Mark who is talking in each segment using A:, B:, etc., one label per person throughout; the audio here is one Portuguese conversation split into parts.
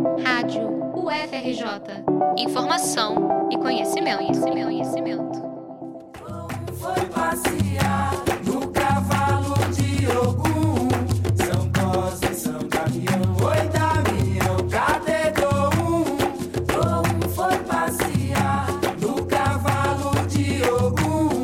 A: Rádio UFRJ. Informação e conhecimento.
B: Foi passear no cavalo de Ogum, São Cosme e São Damião. Oi, Damião, cadê Dom? Foi passear no cavalo de Ogum.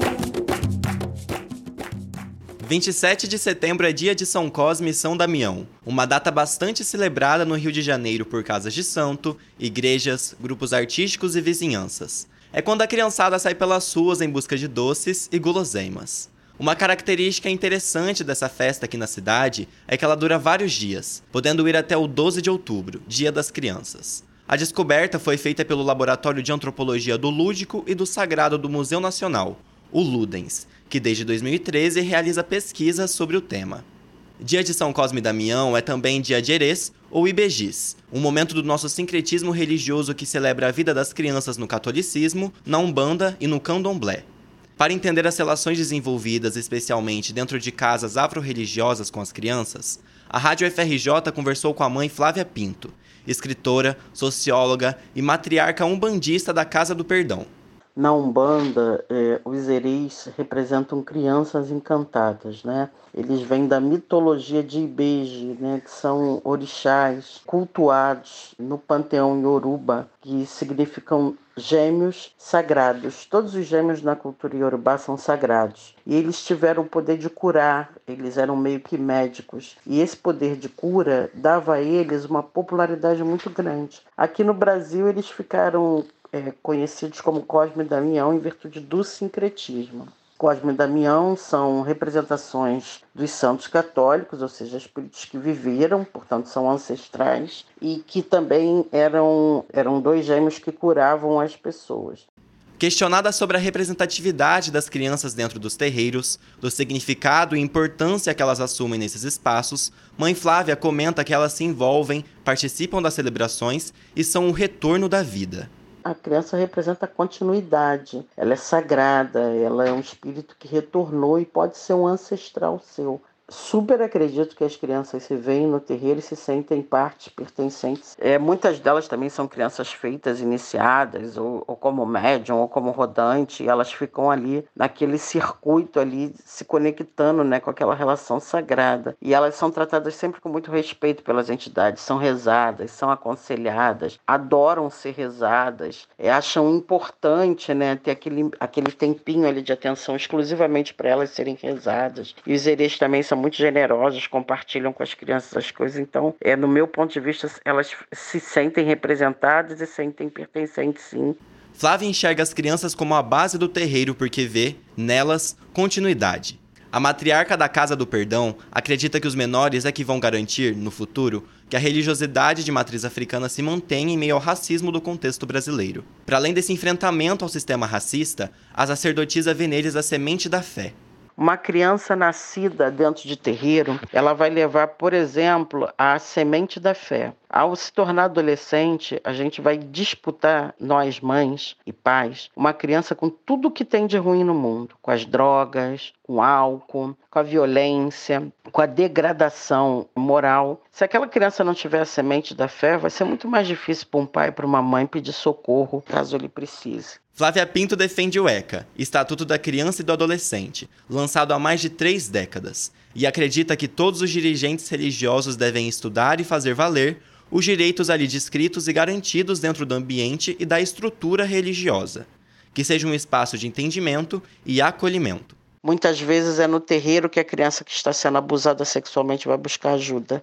C: 27 de setembro é dia de São Cosme e São Damião, uma data bastante celebrada no Rio de Janeiro por casas de santo, igrejas, grupos artísticos e vizinhanças. É quando a criançada sai pelas ruas em busca de doces e guloseimas. Uma característica interessante dessa festa aqui na cidade é que ela dura vários dias, podendo ir até o 12 de outubro, Dia das Crianças. A descoberta foi feita pelo Laboratório de Antropologia do Lúdico e do Sagrado do Museu Nacional, o Ludens, que desde 2013 realiza pesquisas sobre o tema. Dia de São Cosme e Damião é também dia de Erês ou Ibejis, um momento do nosso sincretismo religioso que celebra a vida das crianças no catolicismo, na Umbanda e no Candomblé. Para entender as relações desenvolvidas, especialmente dentro de casas afro-religiosas com as crianças, a Rádio UFRJ conversou com a mãe Flávia Pinto, escritora, socióloga e matriarca umbandista da Casa do Perdão.
D: Na Umbanda, os erês representam crianças encantadas, né? Eles vêm da mitologia de Ibeji, né? Que são orixás cultuados no panteão Yoruba, que significam gêmeos sagrados. Todos os gêmeos na cultura Yorubá são sagrados. E eles tiveram o poder de curar, eles eram meio que médicos. E esse poder de cura dava a eles uma popularidade muito grande. Aqui no Brasil, eles ficaram conhecidos como Cosme e Damião em virtude do sincretismo. Cosme e Damião são representações dos santos católicos, ou seja, espíritos que viveram, portanto são ancestrais, e que também eram dois gêmeos que curavam as pessoas.
C: Questionada sobre a representatividade das crianças dentro dos terreiros, do significado e importância que elas assumem nesses espaços, Mãe Flávia comenta que elas se envolvem, participam das celebrações e são o retorno da vida.
D: A criança representa a continuidade, ela é sagrada, ela é um espírito que retornou e pode ser um ancestral seu. Super acredito que as crianças se veem no terreiro e se sentem partes pertencentes. Muitas delas também são crianças feitas, iniciadas, ou como médium, ou como rodante, e elas ficam ali naquele circuito ali, se conectando, né, com aquela relação sagrada. E elas são tratadas sempre com muito respeito pelas entidades, são rezadas, são aconselhadas, adoram ser rezadas, acham importante, né, ter aquele tempinho ali de atenção exclusivamente para elas serem rezadas. E os erês também são muito generosos, compartilham com as crianças as coisas. Então, no meu ponto de vista, elas se sentem representadas e sentem pertencentes, sim.
C: Flávia enxerga as crianças como a base do terreiro porque vê, nelas, continuidade. A matriarca da Casa do Perdão acredita que os menores é que vão garantir, no futuro, que a religiosidade de matriz africana se mantenha em meio ao racismo do contexto brasileiro. Para além desse enfrentamento ao sistema racista, a sacerdotisa vê neles a semente da fé.
D: Uma criança nascida dentro de terreiro, ela vai levar, por exemplo, a semente da fé. Ao se tornar adolescente, a gente vai disputar, nós mães e pais, uma criança com tudo que tem de ruim no mundo, com as drogas, com o álcool, com a violência, com a degradação moral. Se aquela criança não tiver a semente da fé, vai ser muito mais difícil para um pai e para uma mãe pedir socorro, caso ele precise.
C: Flávia Pinto defende o ECA, Estatuto da Criança e do Adolescente, lançado há mais de 3 décadas, e acredita que todos os dirigentes religiosos devem estudar e fazer valer os direitos ali descritos e garantidos dentro do ambiente e da estrutura religiosa, que seja um espaço de entendimento e acolhimento.
D: Muitas vezes é no terreiro que a criança que está sendo abusada sexualmente vai buscar ajuda.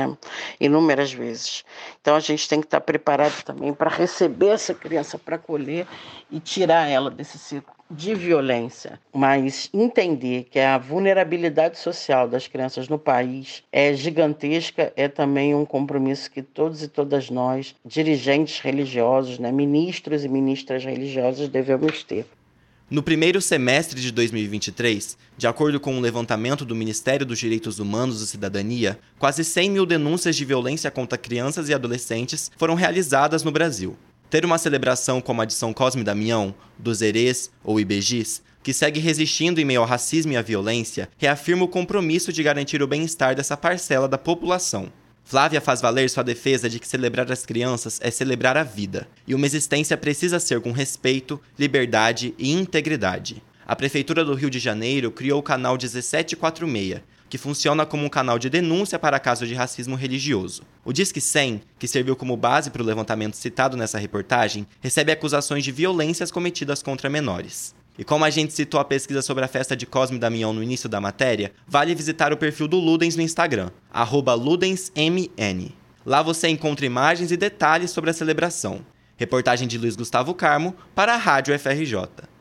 D: Inúmeras vezes. Então a gente tem que estar preparado também para receber essa criança, para acolher e tirar ela desse ciclo de violência. Mas entender que a vulnerabilidade social das crianças no país é gigantesca, é também um compromisso que todos e todas nós, dirigentes religiosos, ministros e ministras religiosas, devemos ter.
C: No primeiro semestre de 2023, de acordo com um levantamento do Ministério dos Direitos Humanos e Cidadania, quase 100 mil denúncias de violência contra crianças e adolescentes foram realizadas no Brasil. Ter uma celebração como a de São Cosme e Damião, dos Erês ou Ibejis, que segue resistindo em meio ao racismo e à violência, reafirma o compromisso de garantir o bem-estar dessa parcela da população. Flávia faz valer sua defesa de que celebrar as crianças é celebrar a vida, e uma existência precisa ser com respeito, liberdade e integridade. A Prefeitura do Rio de Janeiro criou o canal 1746, que funciona como um canal de denúncia para casos de racismo religioso. O Disque 100, que serviu como base para o levantamento citado nessa reportagem, recebe acusações de violências cometidas contra menores. E como a gente citou a pesquisa sobre a festa de Cosme e Damião no início da matéria, vale visitar o perfil do Ludens no Instagram, @ludensmn. Lá você encontra imagens e detalhes sobre a celebração. Reportagem de Luiz Gustavo Carmo para a Rádio FRJ.